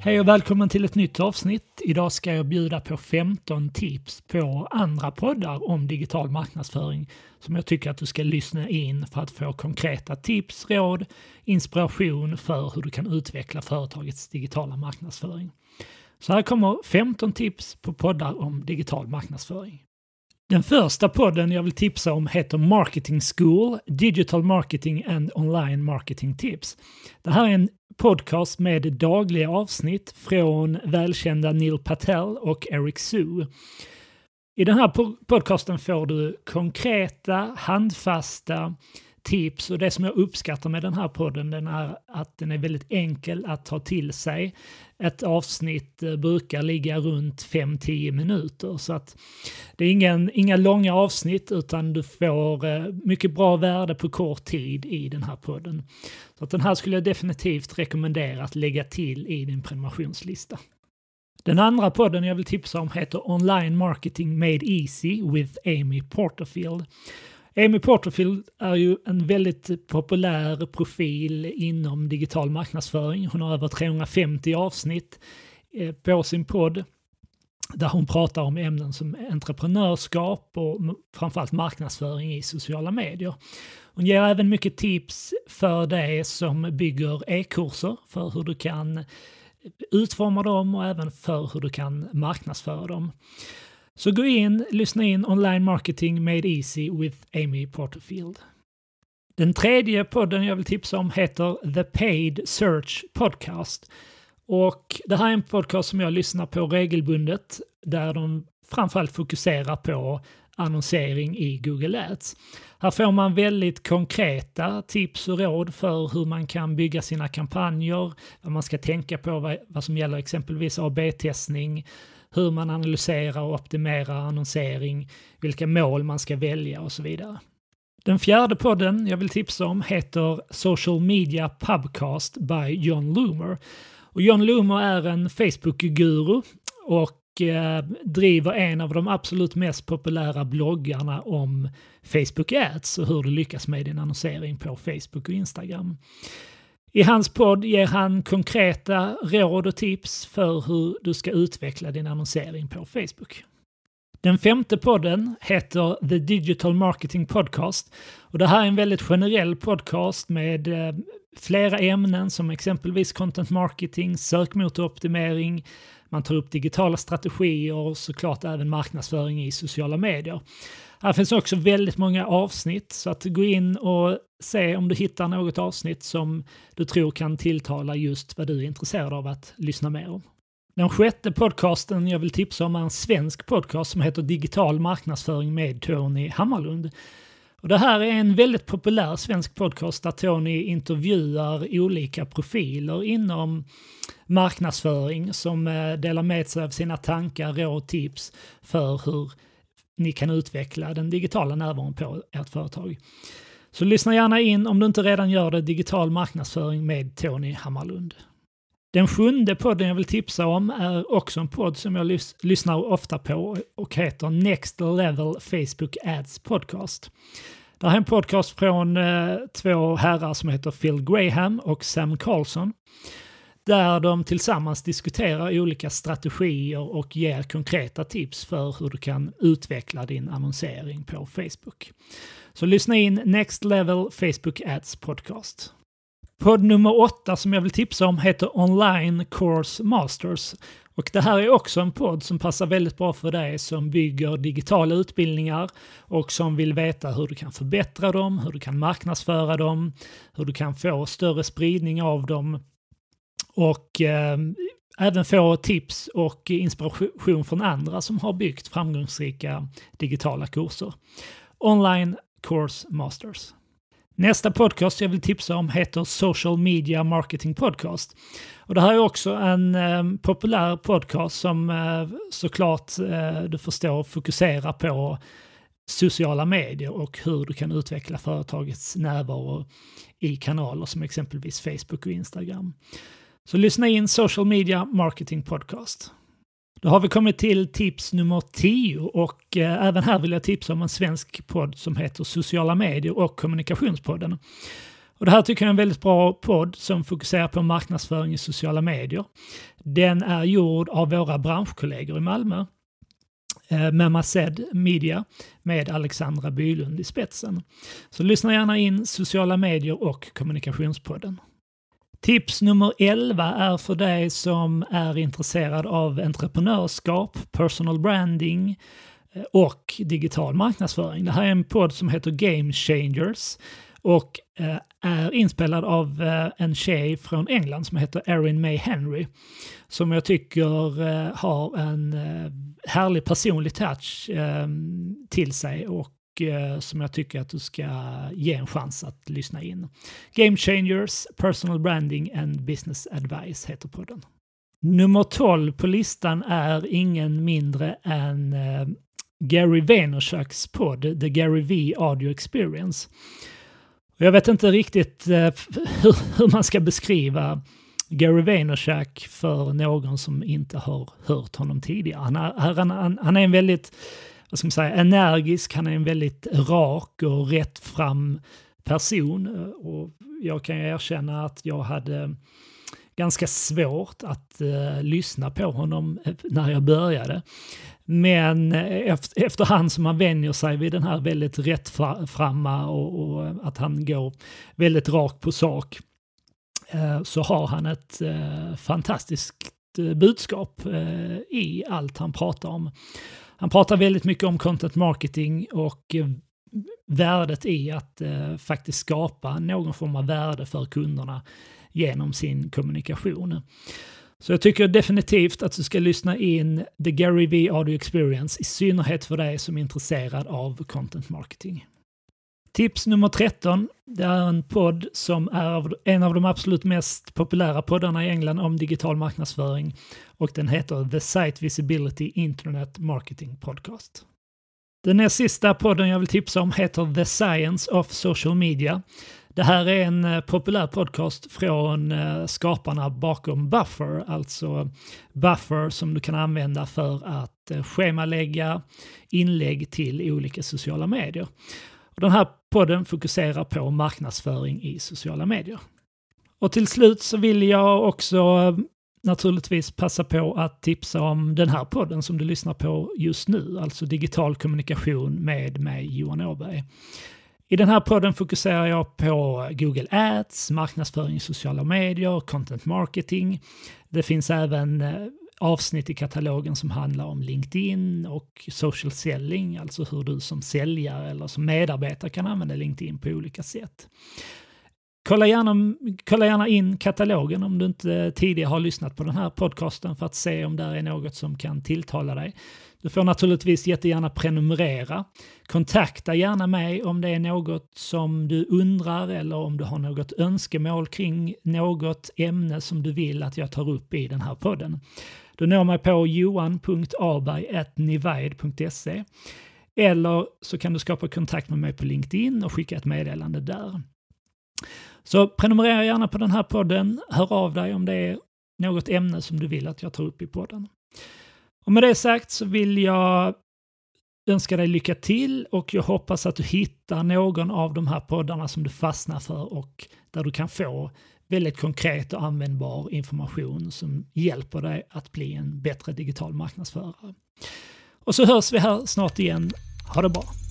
Hej och välkommen till ett nytt avsnitt. Idag ska jag bjuda på 15 tips på andra poddar om digital marknadsföring som jag tycker att du ska lyssna in för att få konkreta tips, råd, inspiration för hur du kan utveckla företagets digitala marknadsföring. Så här kommer 15 tips på poddar om digital marknadsföring. Den första podden jag vill tipsa om heter Marketing School, Digital Marketing and Online Marketing Tips. Det här är en podcast med dagliga avsnitt från välkända Neil Patel och Eric Sue. I den här podcasten får du konkreta, handfasta tips, och det som jag uppskattar med den här podden är att den är väldigt enkel att ta till sig. Ett avsnitt brukar ligga runt 5-10 minuter, så att det är inga långa avsnitt, utan du får mycket bra värde på kort tid i den här podden. Så att den här skulle jag definitivt rekommendera att lägga till i din prenumerationslista. Den andra podden jag vill tipsa om heter Online Marketing Made Easy with Amy Porterfield. Amy Porterfield är ju en väldigt populär profil inom digital marknadsföring. Hon har över 350 avsnitt på sin podd där hon pratar om ämnen som entreprenörskap och framförallt marknadsföring i sociala medier. Hon ger även mycket tips för dig som bygger e-kurser, för hur du kan utforma dem och även för hur du kan marknadsföra dem. Så gå in, lyssna in Online Marketing Made Easy with Amy Porterfield. Den tredje podden jag vill tipsa om heter The Paid Search Podcast. Och det här är en podcast som jag lyssnar på regelbundet, där de framförallt fokuserar på annonsering i Google Ads. Här får man väldigt konkreta tips och råd för hur man kan bygga sina kampanjer, vad man ska tänka på vad som gäller exempelvis AB-testning, hur man analyserar och optimerar annonsering, vilka mål man ska välja och så vidare. Den fjärde podden jag vill tipsa om heter Social Media Pubcast by John Loomer. Och John Loomer är en Facebook-guru och driver en av de absolut mest populära bloggarna om Facebook Ads och hur du lyckas med din annonsering på Facebook och Instagram. I hans podd ger han konkreta råd och tips för hur du ska utveckla din annonsering på Facebook. Den femte podden heter The Digital Marketing Podcast, och det här är en väldigt generell podcast med flera ämnen som exempelvis content marketing, sökmotoroptimering, man tar upp digitala strategier och såklart även marknadsföring i sociala medier. Här finns också väldigt många avsnitt, så att gå in och se om du hittar något avsnitt som du tror kan tilltala just vad du är intresserad av att lyssna mer om. Den sjätte podcasten jag vill tipsa om är en svensk podcast som heter Digital marknadsföring med Tony Hammarlund. Och det här är en väldigt populär svensk podcast där Tony intervjuar olika profiler inom marknadsföring som delar med sig av sina tankar, råd och tips för hur ni kan utveckla den digitala närvaron på ert företag. Så lyssna gärna in om du inte redan gör det, Digital marknadsföring med Tony Hammarlund. Den sjunde podden jag vill tipsa om är också en podd som jag lyssnar ofta på och heter Next Level Facebook Ads Podcast. Det här är en podcast från två herrar som heter Phil Graham och Sam Carlson, där de tillsammans diskuterar olika strategier och ger konkreta tips för hur du kan utveckla din annonsering på Facebook. Så lyssna in Next Level Facebook Ads Podcast. Podd nummer 8 som jag vill tipsa om heter Online Course Masters. Och det här är också en podd som passar väldigt bra för dig som bygger digitala utbildningar och som vill veta hur du kan förbättra dem, hur du kan marknadsföra dem, hur du kan få större spridning av dem och även få tips och inspiration från andra som har byggt framgångsrika digitala kurser. Online Course Masters. Nästa podcast jag vill tipsa om heter Social Media Marketing Podcast. Och det här är också en populär podcast som såklart du förstår fokuserar på sociala medier och hur du kan utveckla företagets närvaro i kanaler som exempelvis Facebook och Instagram. Så lyssna in Social Media Marketing Podcast. Då har vi kommit till tips nummer 10 och även här vill jag tipsa om en svensk podd som heter Sociala medier och kommunikationspodden. Och det här tycker jag är en väldigt bra podd som fokuserar på marknadsföring i sociala medier. Den är gjord av våra branschkollegor i Malmö, Memazed Media, med Alexandra Bylund i spetsen. Så lyssna gärna in sociala medier och kommunikationspodden. Tips nummer 11 är för dig som är intresserad av entreprenörskap, personal branding och digital marknadsföring. Det här är en podd som heter Game Changers och är inspelad av en tjej från England som heter Erin May Henry, som jag tycker har en härlig personlig touch till sig och som jag tycker att du ska ge en chans att lyssna in. Game Changers, Personal Branding and Business Advice heter podden. Nummer 12 på listan är ingen mindre än Gary Vaynerchuks podd, The Gary V Audio Experience. Jag vet inte riktigt hur man ska beskriva Gary Vaynerchuk för någon som inte har hört honom tidigare. Han är en väldigt, vad ska man säga, energisk, han är en väldigt rak och rätt fram person. Och jag kan erkänna att jag hade ganska svårt att lyssna på honom när jag började. Men efterhand som man vänjer sig vid den här väldigt rättframma och att han går väldigt rakt på sak, så har han ett fantastiskt budskap i allt han pratar om. Han pratar väldigt mycket om content marketing och värdet i att faktiskt skapa någon form av värde för kunderna genom sin kommunikation. Så jag tycker definitivt att du ska lyssna in The Gary V Audio Experience, i synnerhet för dig som är intresserad av content marketing. Tips nummer 13, det är en podd som är en av de absolut mest populära poddarna i England om digital marknadsföring, och den heter The Site Visibility Internet Marketing Podcast. Den näst sista podden jag vill tipsa om heter The Science of Social Media. Det här är en populär podcast från skaparna bakom Buffer, alltså Buffer som du kan använda för att schemalägga inlägg till olika sociala medier. Och den här podden fokuserar på marknadsföring i sociala medier. Och till slut så vill jag också naturligtvis passa på att tipsa om den här podden som du lyssnar på just nu, alltså Digital kommunikation med mig, Johan Åberg. I den här podden fokuserar jag på Google Ads, marknadsföring i sociala medier, content marketing. Det finns även avsnitt i katalogen som handlar om LinkedIn och social selling, alltså hur du som säljare eller som medarbetare kan använda LinkedIn på olika sätt. Kolla gärna in katalogen om du inte tidigare har lyssnat på den här podcasten för att se om det är något som kan tilltala dig. Du får naturligtvis jättegärna prenumerera. Kontakta gärna mig om det är något som du undrar eller om du har något önskemål kring något ämne som du vill att jag tar upp i den här podden. Du når mig på johan.aberg@nivide.se eller så kan du skapa kontakt med mig på LinkedIn och skicka ett meddelande där. Så prenumerera gärna på den här podden. Hör av dig om det är något ämne som du vill att jag tar upp i podden. Och med det sagt så vill jag önska dig lycka till och jag hoppas att du hittar någon av de här poddarna som du fastnar för och där du kan få väldigt konkret och användbar information som hjälper dig att bli en bättre digital marknadsförare. Och så hörs vi här snart igen. Ha det bra!